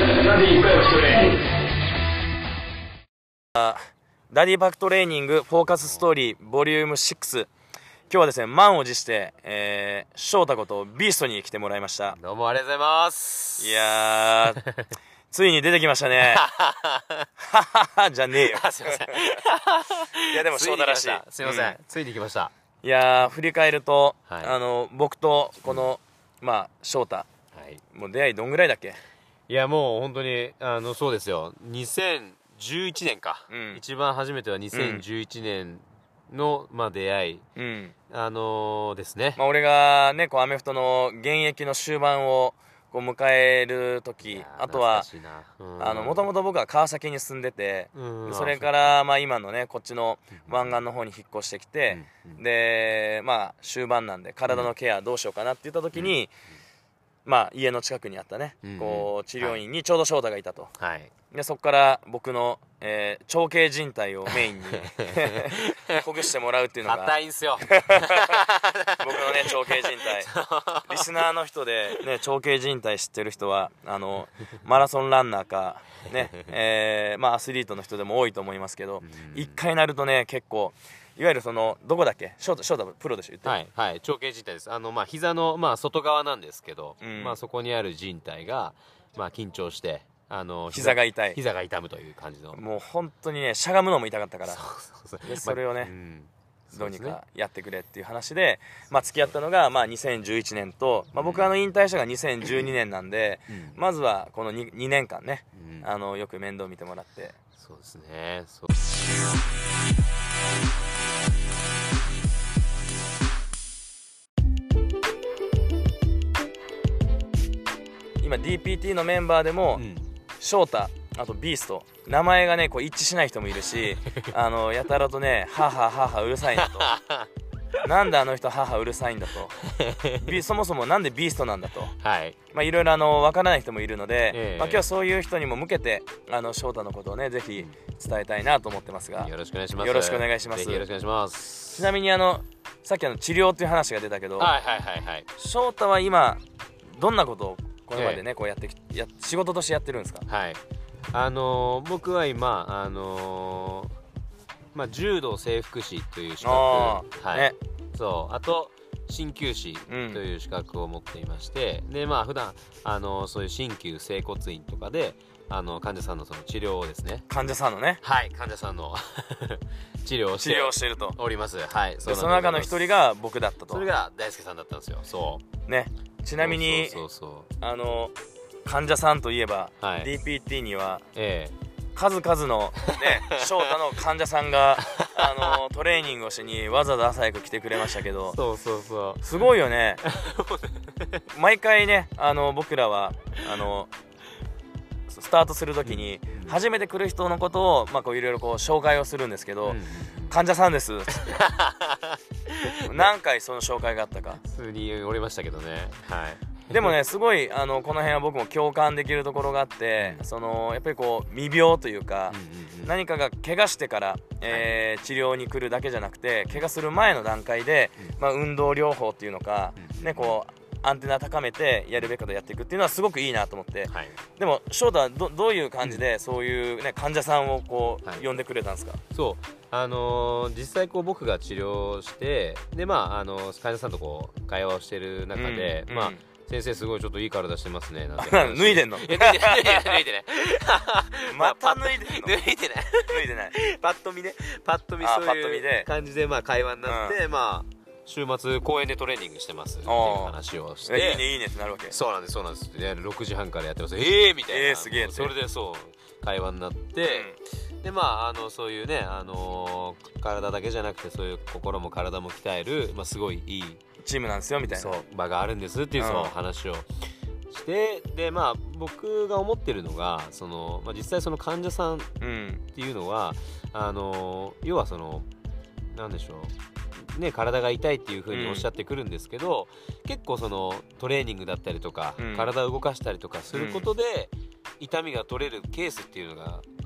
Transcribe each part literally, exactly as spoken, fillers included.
ダディバックトレーニングフォーカスストーリーボリュームシックス。今日はですね、満を持して、えー、翔太ことビーストに来てもらいました。 どうもありがとうございます。 いやーついに出てきましたね。はははじゃねえよ。 すいません。 いやでも翔太らしい。 すいません、 うん、 ついに来ました。 いやー振り返ると、 はい、 あの僕とこの、うん、まあ翔太、はい、もう出会いどんぐらいだっけ？ いやもう本当にあのそうですよ。にせんじゅういちねんか、うん、一番初めてはにせんじゅういちねんの、うん、まあ出会い、うん、あのー、ですね。 まあ俺がねこうアメフトの現役の終盤をこう迎える時、あとはもともと僕は川崎に住んでて、それからまあ今のねこっちの湾岸の方に引っ越してきて、でまあ終盤なんで体のケアどうしようかなって言った時に、まあ家の近くにあったねこう治療院にちょうど翔太がいたと。でそこから僕の、えー、長径靭帯をメインにほぐしてもらうっていうのが硬いんすよ僕のね長径靭帯リスナーの人で、ね、長径靭帯知ってる人はあのマラソンランナーか、ねえーまあ、アスリートの人でも多いと思いますけど、一回なるとね結構いわゆるそのどこだっけ翔太翔太プロでしょ言ってはいはい長径靭帯です。あのまあ膝のまあ外側なんですけど、うん、まあそこにある靭帯がまあ緊張してあの膝, 膝が痛い膝が痛むという感じの、 もう本当にねしゃがむのも痛かったから、 そうそうそうでそれをね、まあうん、どうにそうですねかやってくれっていう話で、まあ、付き合ったのがまあにせんじゅういちねんと、まあ、僕あの引退したのがにせんじゅうにねんなんで、うん、まずはこの 2, にねんかんね、うん、あのよく面倒見てもらって。 そうですね。そう今 ディーピーティー のメンバーでも、うん、翔太あとビースト名前がねこう一致しない人もいるしあのやたらとね「ははははうるさいな」と「なんであの人ははうるさいんだ」とそもそもなんでビーストなんだと、はい、まあいろいろあの分からない人もいるので、えーまあ、今日はそういう人にも向けてあの翔太のことをねぜひ伝えたいなと思ってますが、 よろしくお願いします。 よろしくお願いします。 よろしくお願いします。 ちなみにあのさっきあの治療っていう話が出たけど、 はいはいはいはい、 翔太は今どんなことをこれまでね、えー、こうやってや仕事としてやってるんですか？ はい、あのー、僕は今あのー、まあ柔道整復師という資格、はい、ね、そうあと鍼灸師という資格を持っていまして、うん、でまあ普段あのー、そういう鍼灸整骨院とかであの患者さんのその治療をですね、 患者さんのね、 はい患者さんの治療をして治療をしているとおります。はい、 その中の一人が僕だったと。 それが大輔さんだったんですよ。そうね。ちなみにあの患者さんといえば、はい、ディーピーティー には、ええ、数々のね翔太の患者さんがあのトレーニングをしにわざわざ朝早く来てくれましたけど、 そうそうそうすごいよね毎回ねあの僕らはあのスタートするときに初めて来る人のことをまあこういろいろこう紹介をするんですけど、うん、患者さんですっつって何回その紹介があったか普通におりましたけどね。はいでもねすごいあのこの辺は僕も共感できるところがあって、そのやっぱりこう未病というか、うんうんうん、何かが怪我してから、えーはい、治療に来るだけじゃなくて怪我する前の段階で、うんまあ、運動療法っていうのか、うんね、こうアンテナ高めてやるべきことやっていくっていうのはすごくいいなと思って、はい、でも翔太は ど, どういう感じでそういう、ね、患者さんをこう、はい、呼んでくれたんですか？ そうあのー、実際こう僕が治療してで、まああのー、患者さんとこう会話をしてる中で、うんまあうん先生すごいちょっといい体してますねなんて脱いでんの？ いや脱いでない脱いでないまた脱いでんの？ 脱いでない脱いでないパッと見ねパッと見そういう感じでまあ会話になって、うん、まあ週末公園でトレーニングしてますっていう話をしていいねいいねってなるわけ。 そうなんですそうなんですでろくじはんからやってますええー、みたいなえー、すげえそれでそう会話になって、うん、でまああのそういうね、あのー、体だけじゃなくてそういう心も体も鍛える、まあ、すごいいいチームなんですよみたいなそう場があるんですっていうその話をしてでまあ僕が思ってるのがその、まあ、実際その患者さんっていうのは、うん、あの要はそのなんでしょうね体が痛いっていう風におっしゃってくるんですけど、うん、結構そのトレーニングだったりとか、うん、体を動かしたりとかすることで、うん、痛みが取れるケースっていうのが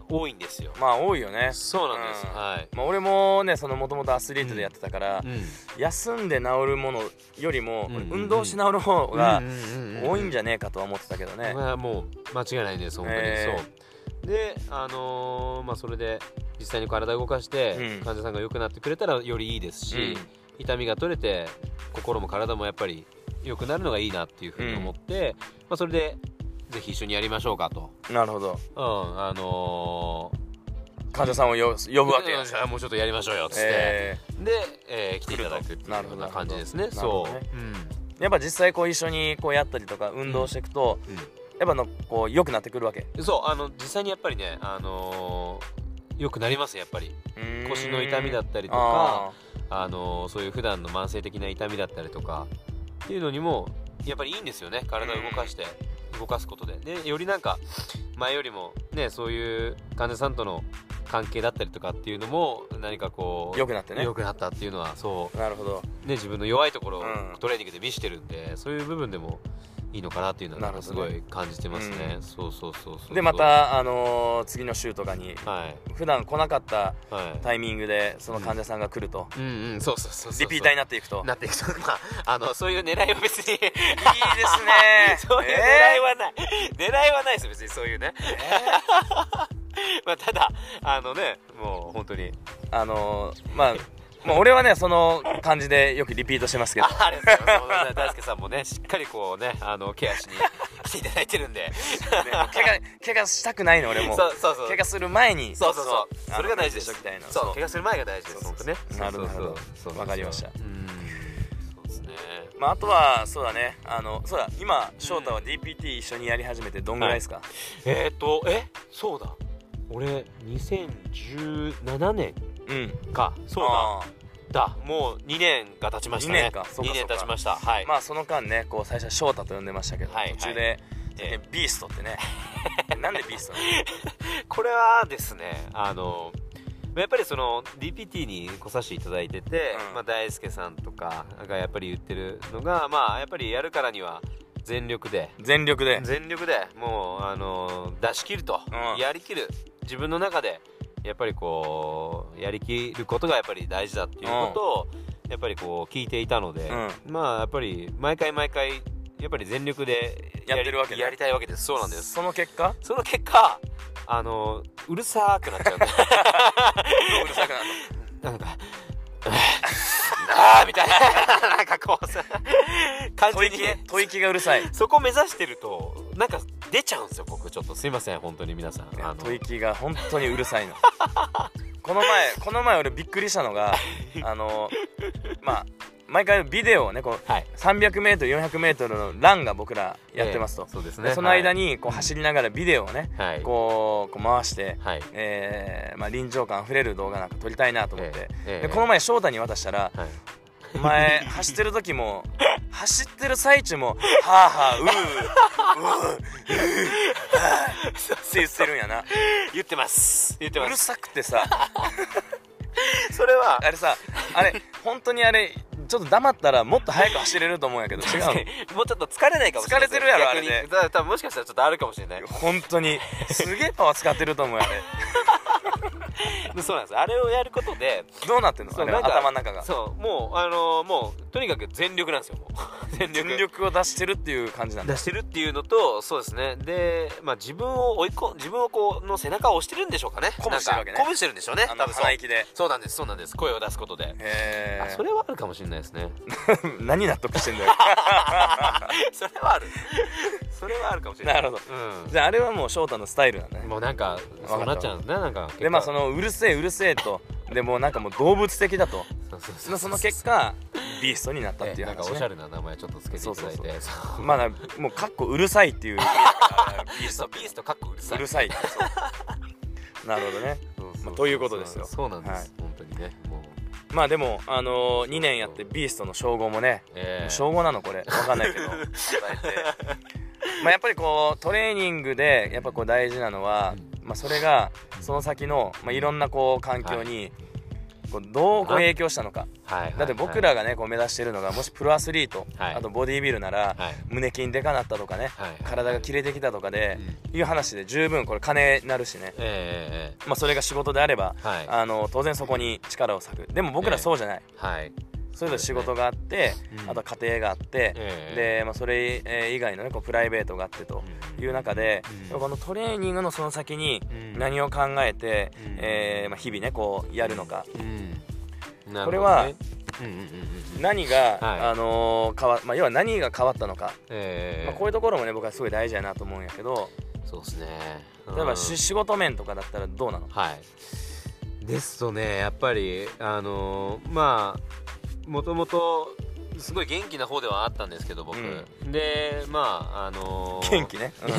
多いんですよ。 まあ多いよね。 そうなんです、 うん、 はい。 まあ、俺もねそのもともとアスリートでやってたから、 うん、 休んで治るものよりも、 うんうんうん、 運動して治る方が多いんじゃねえかとは思ってたけどね。 まあ、もう間違いないです本当に、えー、そうであのー、まあそれで実際に体を動かして、うん、患者さんが良くなってくれたらよりいいですし、うん、痛みが取れて心も体もやっぱり良くなるのがいいなっていうふうに思って、うん、まあ、それでぜひ一緒にやりましょうかと。 なるほど。 うん、あのー、 患者さんをよ呼ぶわけや。 じゃあもうちょっとやりましょうよっつって、えー、で、えー、来ていただくっていうような感じですね。そう、ね、うん、 やっぱ実際こう一緒にこうやったりとか運動していくと、うんうん、やっぱのこう良くなってくるわけ。 そう、あの実際にやっぱりね、あのー、良くなりますやっぱり。腰の痛みだったりとか、あ、あのー、そういう普段の慢性的な痛みだったりとかっていうのにもやっぱりいいんですよね、体を動かして動かすことで。でよりなんか前よりもね、そういう患者さんとの関係だったりとかっていうのも何かこう良くなってね、 良くなったっていうのは、そう、 なるほど、 ね、自分の弱いところをトレーニングで見せてるんで、うん、そういう部分でもいいのかなっていうのはすごい感じてますね。うん、そうそうそうそう。 でまた、あのー、次の週とかに、はい、普段来なかったタイミングでその患者さんが来ると、 うん、うんうん、そうそうそうそう、 リピーターになっていくとなっていくと、まあ、あのそういう狙いは別にいいですねそういう狙いはない、えー、狙いはないです別にそういうね、えーまあただあのね、もう本当にあのー、まあもう俺はねその感じでよくリピートしてますけど、 ありがとうございます。大輔さんもねしっかりこうね、あのケアしに来ていただいてるんで、ね、 怪我怪我したくないの俺も。 そうそうそう、 怪我する前に、 そうそうそう、それが大事です。 みたいな、 そう、怪我する前が大事です。本当ね。 なるほど、わかりました。 うん、そうですね。 まああとはそうだね、あのそうだ、今翔太は ディーピーティー 一緒にやり始めてどんぐらいですか？ えっとえそうだ、俺にせんじゅうななねんか、そうだ。だもうにねんが経ちましたね。 にねんか、そうか、 にねん経ちました。はい。 まあその間ね、こう最初は翔太と呼んでましたけど、 はい、 途中で、えー、ビーストってねなんでビーストなの？ これはですね、あのやっぱりその ディーピーティー に来させていただいてて、うん、まあ、大輔さんとかがやっぱり言ってるのが、まあやっぱりやるからには全力で全力で全力でもうあの出し切ると、うん、やりきる、自分の中でやっぱりこうやりきることがやっぱり大事だっていうことをやっぱりこう聞いていたので、うん、まあやっぱり毎回毎回やっぱり全力でややってるわけ、ね、 やりたいわけです。そうなんです。 その結果その結果あのうるさくなっちゃうんでうるさくなるのなんかあーみたいななんかこうさ感じにね、 吐息がうるさい。 そこ目指してるとなんか出ちゃうんですよ僕。ちょっとすいません本当に皆さん、 あの吐息が本当にうるさいのこの前この前俺びっくりしたのがあのまあ毎回ビデオをねこう、はい、さんびゃくメートル よんひゃくメートルのランが僕らやってますと、 えー、そうですね、 その間にこう走りながらビデオをね、はい、こうこう回して、 はい、 えーまあ、臨場感あふれる動画なんか撮りたいなと思って、 えーえー、 でこの前翔太に渡したら、はい、お前走ってる時も走ってる最中もはあはあうーうーうーって言ってるんやな。 言ってます言ってます。 うるさくてさそれはあれさ、あれ本当にあれちょっと黙ったらもっと速く走れると思うんやけど違うのもうちょっと疲れないかもしれない。 疲れてるやろあれで。 多分もしかしたらちょっとあるかもしれない。 本当にすげえパワー使ってると思うよあれそうなんです。あれをやることでどうなってんの、あれ頭の中が。 そうもうあのー、もうとにかく全力なんですよ。もう全力全力を出してるっていう感じなんだ。 出してるっていうのと、そうですね。で、まあ自分を追いこ自分をこうの背中を押してるんでしょうかね。 鼓舞してるわけね。 鼓舞してるんでしょうね。 多分鼻息で。 そうなんですそうなんです。声を出すことで。 へー、 あ、それはあるかもしれないですね何納得してんだよそれはあるそれはあるかもしれない。 なるほど、うん、じゃああれはもう翔太のスタイルなんだね。 もうなんかそうなっちゃうんですね。なんかでまあそのうるせえうるせえとでもなんかもう動物的だとその結果ビーストになったっていう話、ね、 なんかおしゃれな名前ちょっとつけていただいて、 まあもうかっこうるさいっていうビーストビーストかっこうるさいうるさいなるほどね。ということですよ。 そうなんです、はい、本当にね。もうまあでも、あのー、にねんやってビーストの称号もね、えー、称号なのこれ分かんないけど伝えてまあやっぱりこうトレーニングでやっぱこう大事なのは、まあ、それがその先の、まあ、いろんなこう環境にこうどうこう影響したのか、 はいはいはい、 だって僕らがねこう目指してるのがもしプロアスリート、はい、あとボディービルなら、はい、胸筋でかなったとかね、はい、体が切れてきたとかで、うん、いう話で十分これ金になるしね、えーまあ、それが仕事であれば、はい、あの当然そこに力を割く。でも僕らそうじゃない、えーはい、それぞれ仕事があって、ね、あと家庭があって、うん、で、まあ、それ以外の、ね、こうプライベートがあってという中で、うん、このトレーニングのその先に何を考えて、うんえーまあ、日々ねこうやるのか、うんね、これは何が、はいあのー変わまあ、要は何が変わったのか、えーまあ、こういうところもね僕はすごい大事やなと思うんやけど。 そうですね、 うん、例えば仕事面とかだったらどうなの？ はいですとねやっぱりあのー、まあもともとすごい元気な方ではあったんですけど僕、うん、でまああのー、 元気ね、うん、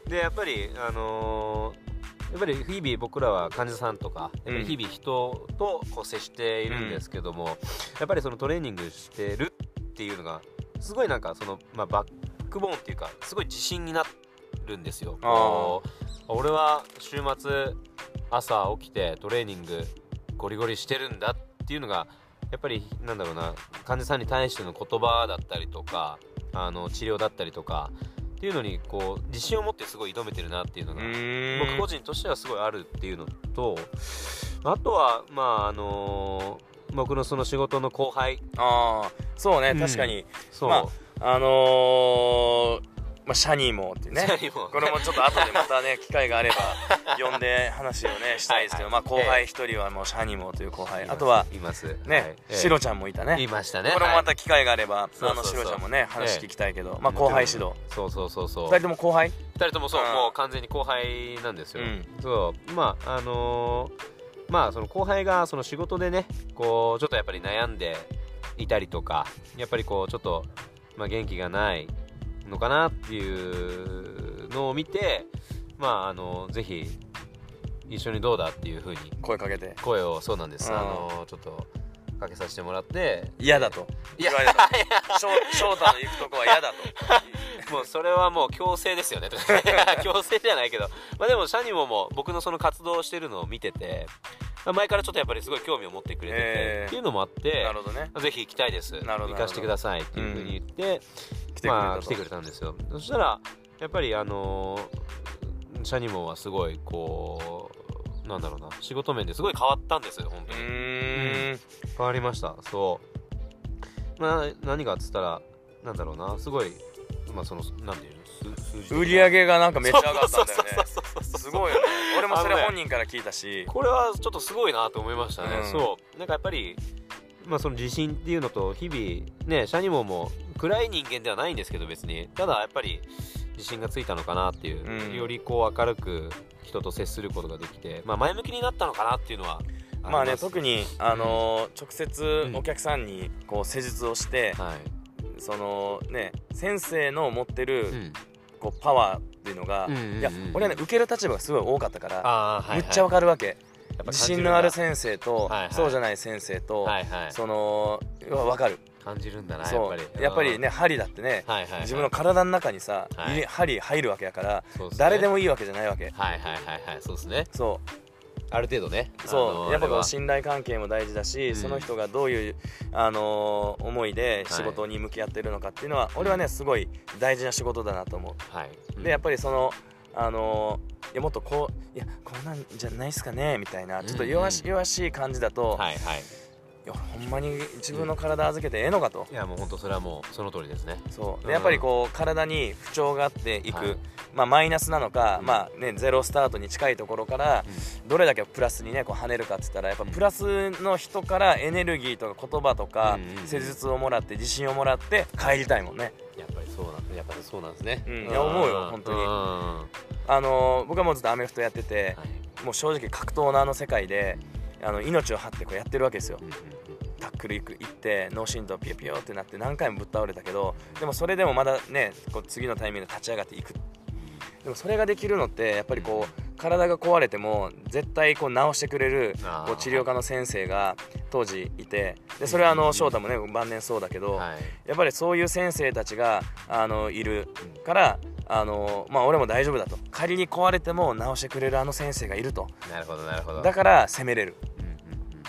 でやっぱりあのーやっぱり日々僕らは患者さんとかやっぱり日々人とこう接しているんですけども、うん、やっぱりそのトレーニングしてるっていうのがすごいなんかその、まあ、バックボーンっていうかすごい自信になるんですよ。俺は週末朝起きてトレーニングゴリゴリしてるんだっていうのがやっぱりなんだろうな患者さんに対しての言葉だったりとかあの治療だったりとかっていうのにこう自信を持ってすごい挑めてるなっていうのが僕個人としてはすごいあるっていうのと、あとはまああのー、僕のその仕事の後輩。 ああそうね、うん、確かにそう、まああのーまあ、シャニーもっていうねこれもちょっと後でまたね機会があれば呼んで話をねしたいですけど、はいはい、まあ、後輩一人はもうシャニーもという後輩、あとはいますね、 はい、 シロちゃんもいたね。 いましたね。 これもまた機会があれば、はい、あのシロちゃんもね話聞きたいけど、まあ、後輩指導。 そうそうそうそう。 ふたりとも後輩？ ふたりともそう、もう完全に後輩なんですよ。うん、そうまああのー、まあその後輩がその仕事でねこうちょっとやっぱり悩んでいたりとかやっぱりこうちょっとまあ元気がないのかなっていうのを見て、まああのぜひ一緒にどうだっていう風に声かけて声をそうなんです、あのちょっとかけさせてもらって、 嫌だと言われた。翔太の行くとこは嫌だともうそれはもう強制ですよね強制じゃないけど、まあでもシャニモも僕のその活動してるのを見てて前からちょっとやっぱりすごい興味を持ってくれてて、えー、っていうのもあって、なるほどね、ぜひ行きたいです、行かせてくださいっていう風に言って、うん、まあ来てくれたんですよ。そしたらやっぱりあのー、シャニモはすごいこうなんだろうな仕事面ですごい変わったんですよ本当に。うーん、うん、変わりました。そうまあ何がっつったらなんだろうなすごいまあそのなんていう売り上げがなんかめっちゃ上がったんだよね。すごいよね。俺もそれ本人から聞いたし、 これはちょっとすごいなと思いましたね、うん、そうなんかやっぱりまあその自信っていうのと日々ねシャニモも暗い人間ではないんですけど別にただやっぱり自信がついたのかなっていう、うん、よりこう明るく人と接することができて、まあ、前向きになったのかなっていうのはあまあね特にあのー、直接お客さんにこう施術をして、うんはい、そのね先生の持ってる、うんこうパワーっていうのが、うんうんうん、いや俺はね受ける立場がすごい多かったから、はいはい、むっちゃわかるわけ。やっぱ自信のある先生と、はいはい、そうじゃない先生と、はいはい、そのわかる感じるんだな。 やっぱりやっぱりね針だってね、はいはいはい、自分の体の中にさ、はい、針入るわけやから、ね、誰でもいいわけじゃないわけ。はいはいはいはいそうですね。 そうある程度ねそう、あのー、やっぱこう信頼関係も大事だし、うん、その人がどういう、あのー、思いで仕事に向き合ってるのかっていうのは、はい、俺はねすごい大事な仕事だなと思う、はいうん、でやっぱりその、あのー、いやもっとこういやこんなんじゃないっすかねみたいなちょっと弱し、うんうん、弱しい感じだと、はいはい、いやほんまに自分の体預けてええのかと、 いやもう本当それはもうその通りですね。 そうでやっぱりこう体に不調があっていく、はいまあ、マイナスなのか、うんまあね、ゼロスタートに近いところからどれだけプラスにねこう跳ねるかって言ったらやっぱプラスの人からエネルギーとか言葉とか施術をもらって自信をもらって帰りたいもんね。 やっぱりそうなんやっぱりそうなんですね、 うん、いや思うよ本当に。あの僕はもうずっとアメフトやってて、はい、もう正直格闘のあの世界であの命を張ってこうやってるわけですよ、うんタックル行って脳震盪ピヨピヨってなって何回もぶっ倒れたけどでもそれでもまだねこう次のタイミングで立ち上がっていく。でもそれができるのってやっぱりこう体が壊れても絶対こう治してくれるこう治療科の先生が当時いてでそれはあの翔太もね晩年そうだけどやっぱりそういう先生たちがあのいるからあのまあ俺も大丈夫だと仮に壊れても治してくれるあの先生がいると。 なるほどなるほど。 だから攻めれる。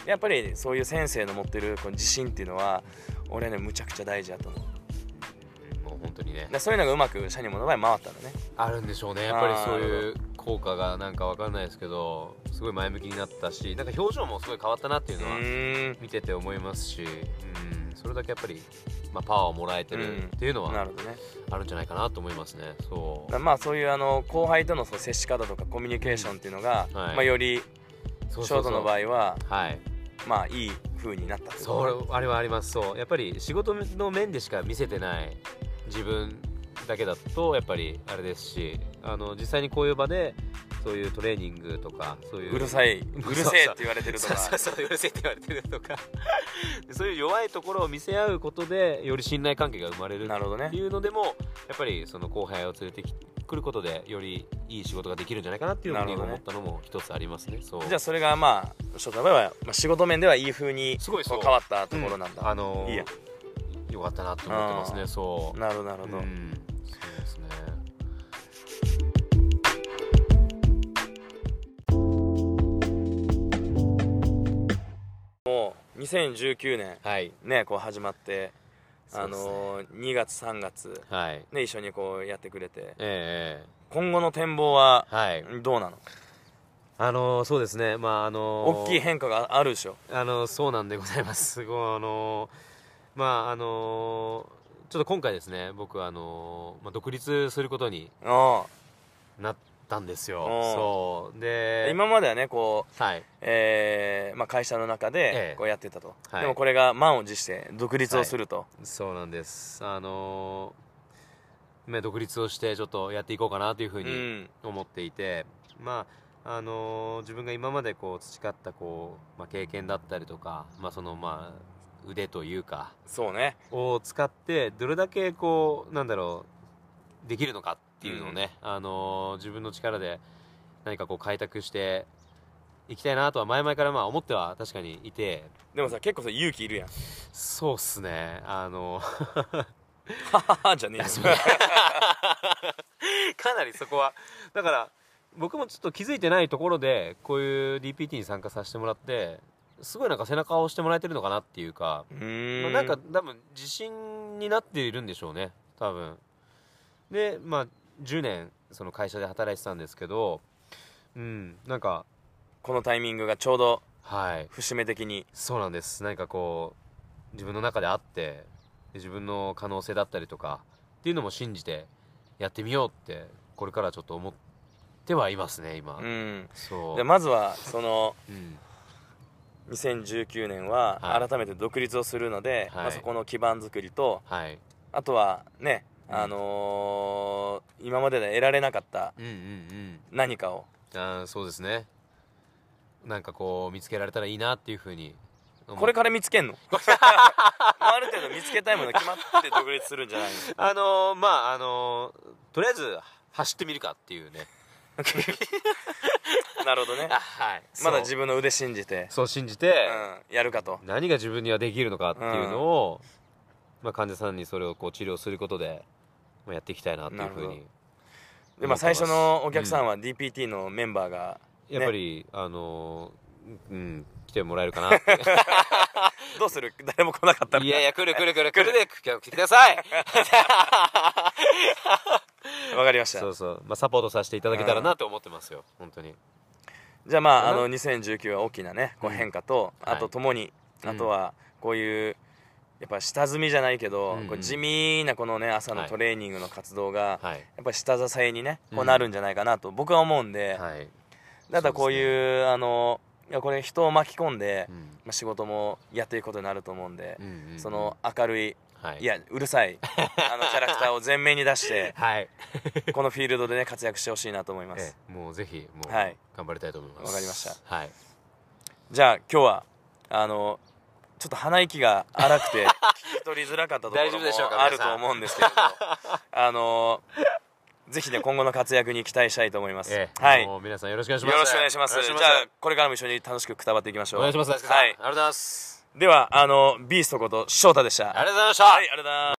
やっぱりそういう先生の持ってるこの自信っていうのは俺はねむちゃくちゃ大事だと思う。 もう本当にね、 そういうのがうまくシャニモの場合回ったのね。 あるんでしょうね、やっぱりそういう効果がなんかわかんないですけど、すごい前向きになったし、なんか表情もすごい変わったなっていうのは見てて思いますし、うん、それだけやっぱり、まあ、パワーをもらえてるっていうのはあるんじゃないかなと思いますね。そうまあそういうあの後輩との接し方とかコミュニケーションっていうのが、はい、まあ、よりショートの場合ははい、まあいい風になったってこと。 そうあれはあります。そうやっぱり仕事の面でしか見せてない自分だけだとやっぱりあれですし、あの実際にこういう場でそういうトレーニングとか、そういううるさいうるせえって言われてるとか、 そうそうそううるせえって言われてるとかそういう弱いところを見せ合うことでより信頼関係が生まれるっていうのでも、やっぱりその後輩を連れてくることでよりいい仕事ができるんじゃないかなっていうふうに思ったのも一つありますね。そうじゃあそれがまあショートの場合は、まあ、仕事面ではいい風に変わったところなんだ。 うん、あのー、いいやよかったなと思ってますね。そうなるほどなるほど、うん、 そうですね。 もうにせんじゅうきゅうねん、 はい、 ねこう始まって、あのー、にがつさんがつ、 はいね、一緒にこうやってくれて、 えー、今後の展望はどうなの？ あのー、そうですね、まああのー、 大きい変化があるでしょ。 あのー、そうなんでございます。すごいあのー、まああのーちょっと今回ですね、僕はあのーまあ、独立することになったんですよ。そうで今まではねこう、 はいえーまあ、会社の中でこうやってたと、ええ、でもこれが満を持して独立をすると、はい、 そうなんです。あのー、独立をしてちょっとやっていこうかなというふうに思っていて、うん、まああのー、自分が今までこう培ったこう、まあ、経験だったりとか、まあそのまあ腕というかそうねを使ってどれだけこうなんだろうできるのかっていうのをね、うん、あのー、自分の力で何かこう開拓していきたいなとは前々からまあ思っては確かにいて、 でもさ結構さ勇気いるやん。 そうっすね、あのはははじゃねえよかなりそこはだから僕もちょっと気づいてないところでこういう ディーピーティー に参加させてもらってすごいなんか背中を押してもらえてるのかなっていうか、 うーん、 まあ、なんか多分自信になっているんでしょうね多分で。まあじゅうねんその会社で働いてたんですけど、うんなんかこのタイミングがちょうどはい節目的に、 そうなんです。何かこう自分の中であって自分の可能性だったりとかっていうのも信じてやってみようってこれからちょっと思ってはいますね今。 うん、 そうでまずはその、 うんにせんじゅうきゅうねんは改めて独立をするので、はいまあ、そこの基盤作りと、 はい、 あとはね、うん、あのー、今までで得られなかった何かを、 うんうんうん、あそうですね、なんかこう見つけられたらいいなっていうふうに。 これから見つけんのある程度見つけたいもの決まって独立するんじゃないの？ あのー、まああのー、とりあえず走ってみるかっていうねなるほどね、 はい、 まだ自分の腕信じてそう信じて、 うん、やるかと何が自分にはできるのかっていうのを、うんまあ、患者さんにそれをこう治療することで、まあ、やっていきたいなっていうふうに。 で、まあ、最初のお客さんは ディーピーティー のメンバーが、 ね、やっぱりあのー、うん来てもらえるかなってどうする誰も来なかったら。 いやいや来る来る来る来るで来てくださいわかりました。 そうそう、まあ、サポートさせていただけたらなと思ってますよ、うん、本当に。 じゃあまああのにせんじゅうきゅうは大きなねこう変化と、うん、あとともに、はい、あとはこういうやっぱ下積みじゃないけど、うんうん、こう地味なこのね朝のトレーニングの活動が、はい、やっぱり下支えにねこうなるんじゃないかなと僕は思うんで、はい、だからこういう、ね、あのいやこれ人を巻き込んで、うんまあ、仕事もやっていくことになると思うんで、うんうんうん、その明るい、はい、いやうるさいあのキャラクターを前面に出して、はい、このフィールドでね活躍してほしいなと思います。 ええ、もうぜひもう、 はい、 頑張りたいと思います。 わかりました、 はい、 じゃあ今日はあのちょっと鼻息が荒くて聞き取りづらかったところもあると思うんですけれどあのぜひね今後の活躍に期待したいと思います。 ええ、はい。もう皆さんよろしくお願いします。 よろしくお願いします。じゃあこれからも一緒に楽しくくたばっていきましょう。 お願いします。大輔さん。はい。ありがとうございます。 ではあのビーストこと翔太でした。 ありがとうございました。 はい、ありがとうございます。